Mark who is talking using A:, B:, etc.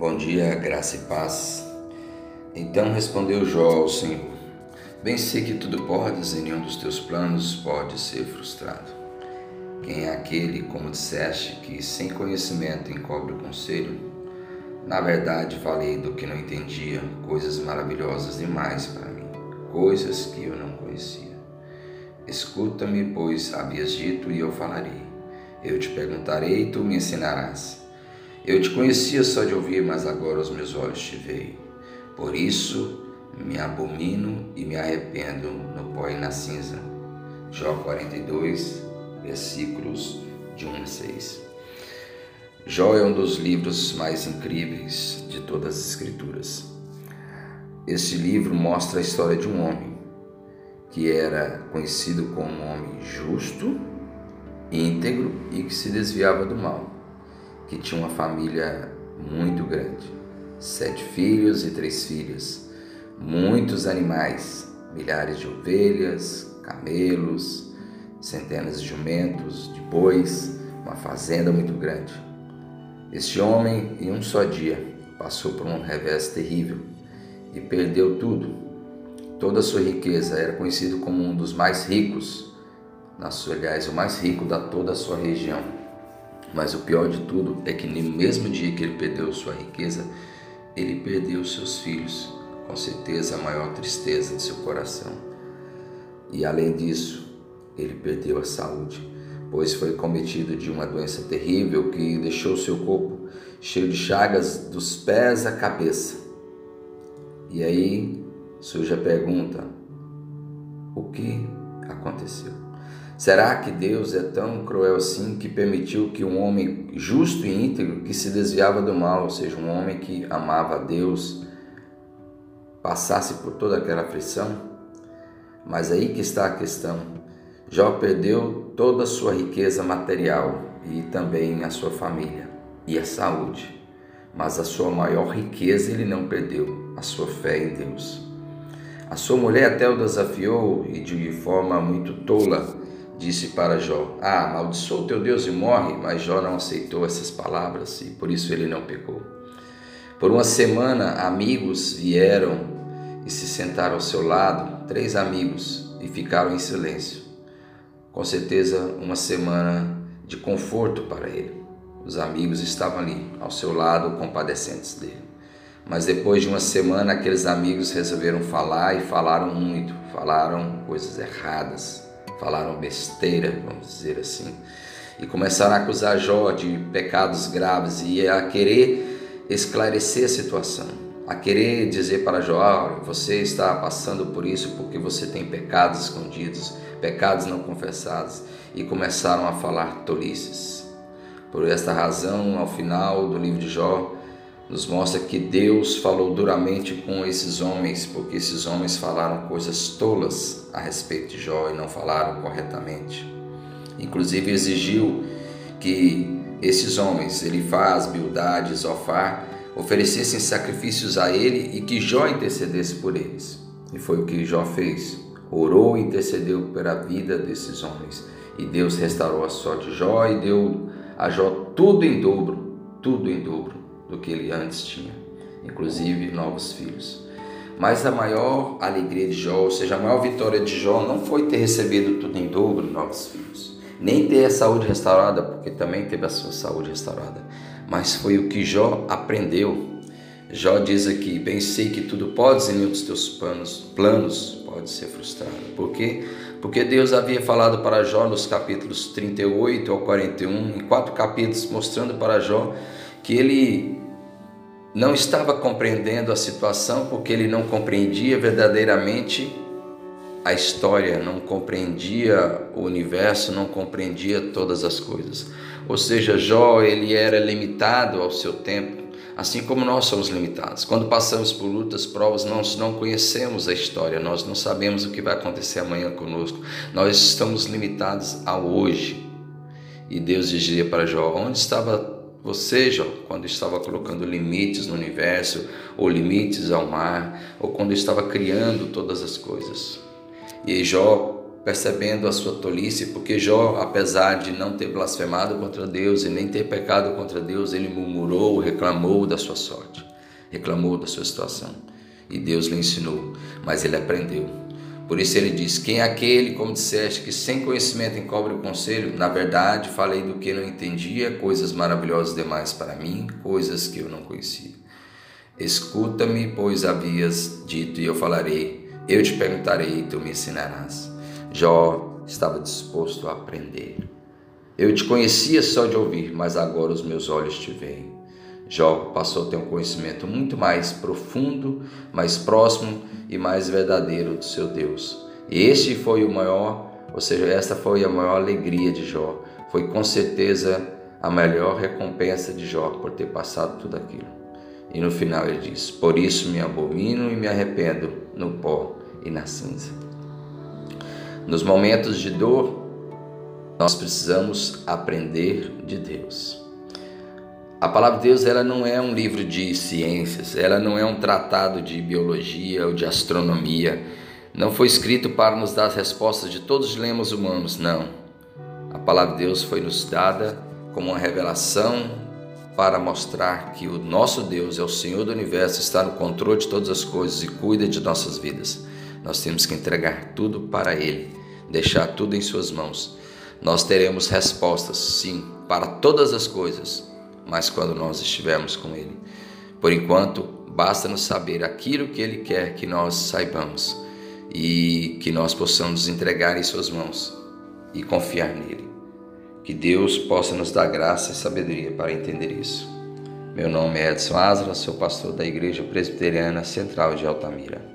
A: Bom dia, graça e paz. Então respondeu Jó ao Senhor: Bem sei que tudo podes, e nenhum dos teus planos pode ser frustrado. Quem é aquele, como disseste, que sem conhecimento encobre o conselho? Na verdade falei do que não entendia, coisas maravilhosas demais para mim, coisas que eu não conhecia. Escuta-me, pois havias dito, e eu falarei. Eu te perguntarei, e tu me ensinarás. Eu te conhecia só de ouvir, mas agora os meus olhos te veem. Por isso me abomino e me arrependo no pó e na cinza. Jó 42, versículos de 1 a 6. Jó é um dos livros mais incríveis de todas as Escrituras. Este livro mostra a história de um homem que era conhecido como um homem justo, íntegro e que se desviava do mal, que tinha uma família muito grande, 7 filhos e 3 filhas, muitos animais, milhares de ovelhas, camelos, centenas de jumentos, de bois, uma fazenda muito grande. Este homem, em um só dia, passou por um revés terrível e perdeu tudo. Toda a sua riqueza, era conhecido como um dos mais ricos, aliás, o mais rico da toda a sua região. Mas o pior de tudo é que no mesmo dia que ele perdeu sua riqueza, ele perdeu seus filhos, com certeza a maior tristeza de seu coração. E além disso, ele perdeu a saúde, pois foi cometido de uma doença terrível que deixou seu corpo cheio de chagas dos pés à cabeça. E aí surge a pergunta: o que aconteceu? Será que Deus é tão cruel assim que permitiu que um homem justo e íntegro, que se desviava do mal, ou seja, um homem que amava a Deus, passasse por toda aquela aflição? Mas aí que está a questão. Jó perdeu toda a sua riqueza material e também a sua família e a saúde. Mas a sua maior riqueza ele não perdeu, a sua fé em Deus. A sua mulher até o desafiou e de forma muito tola disse para Jó: amaldiçoa o teu Deus e morre. Mas Jó não aceitou essas palavras e por isso ele não pecou. Por uma semana, amigos vieram e se sentaram ao seu lado, 3 amigos, e ficaram em silêncio. Com certeza, uma semana de conforto para ele. Os amigos estavam ali, ao seu lado, compadecentes dele. Mas depois de uma semana, aqueles amigos resolveram falar e falaram muito, falaram coisas erradas, falaram besteira, vamos dizer assim, e começaram a acusar Jó de pecados graves e a querer esclarecer a situação, a querer dizer para Jó: você está passando por isso porque você tem pecados escondidos, pecados não confessados, e começaram a falar tolices. Por esta razão, ao final do livro de Jó, nos mostra que Deus falou duramente com esses homens, porque esses homens falaram coisas tolas a respeito de Jó e não falaram corretamente. Inclusive exigiu que esses homens, Elifaz, Bildade e Zofar, oferecessem sacrifícios a ele e que Jó intercedesse por eles. E foi o que Jó fez. Orou e intercedeu pela vida desses homens. E Deus restaurou a sorte de Jó e deu a Jó tudo em dobro do que ele antes tinha, inclusive novos filhos. Mas a maior alegria de Jó, ou seja, a maior vitória de Jó, não foi ter recebido tudo em dobro, novos filhos, nem ter a saúde restaurada, porque também teve a sua saúde restaurada, mas foi o que Jó aprendeu. Jó diz aqui: bem sei que tudo podes e nenhum dos teus planos pode ser frustrado. Por quê? Porque Deus havia falado para Jó nos capítulos 38 ao 41, em 4 capítulos, mostrando para Jó que ele não estava compreendendo a situação, porque ele não compreendia verdadeiramente a história, não compreendia o universo, não compreendia todas as coisas. Ou seja, Jó, ele era limitado ao seu tempo, assim como nós somos limitados. Quando passamos por lutas, provas, nós não conhecemos a história, nós não sabemos o que vai acontecer amanhã conosco. Nós estamos limitados ao hoje. E Deus dizia para Jó: onde estava você, Jó, quando estava colocando limites no universo, ou limites ao mar, ou quando estava criando todas as coisas? E Jó percebendo a sua tolice, porque Jó, apesar de não ter blasfemado contra Deus e nem ter pecado contra Deus, ele murmurou, reclamou da sua sorte, reclamou da sua situação. E Deus lhe ensinou, mas ele aprendeu. Por isso ele diz: quem é aquele, como disseste, que sem conhecimento encobre o conselho? Na verdade, falei do que não entendia, coisas maravilhosas demais para mim, coisas que eu não conhecia. Escuta-me, pois havias dito, e eu falarei. Eu te perguntarei, e tu me ensinarás. Jó estava disposto a aprender. Eu te conhecia só de ouvir, mas agora os meus olhos te veem. Jó passou a ter um conhecimento muito mais profundo, mais próximo e mais verdadeiro do seu Deus. E este foi o maior, ou seja, esta foi a maior alegria de Jó. Foi com certeza a melhor recompensa de Jó por ter passado tudo aquilo. E no final ele diz: por isso me abomino e me arrependo no pó e na cinza. Nos momentos de dor, nós precisamos aprender de Deus. A palavra de Deus, ela não é um livro de ciências, ela não é um tratado de biologia ou de astronomia. Não foi escrito para nos dar as respostas de todos os dilemas humanos, não. A palavra de Deus foi nos dada como uma revelação para mostrar que o nosso Deus é o Senhor do Universo, está no controle de todas as coisas e cuida de nossas vidas. Nós temos que entregar tudo para Ele, deixar tudo em suas mãos. Nós teremos respostas, sim, para todas as coisas, mas quando nós estivermos com Ele. Por enquanto, basta-nos saber aquilo que Ele quer que nós saibamos e que nós possamos entregar em suas mãos e confiar nele. Que Deus possa nos dar graça e sabedoria para entender isso. Meu nome é Edson Asra, sou pastor da Igreja Presbiteriana Central de Altamira.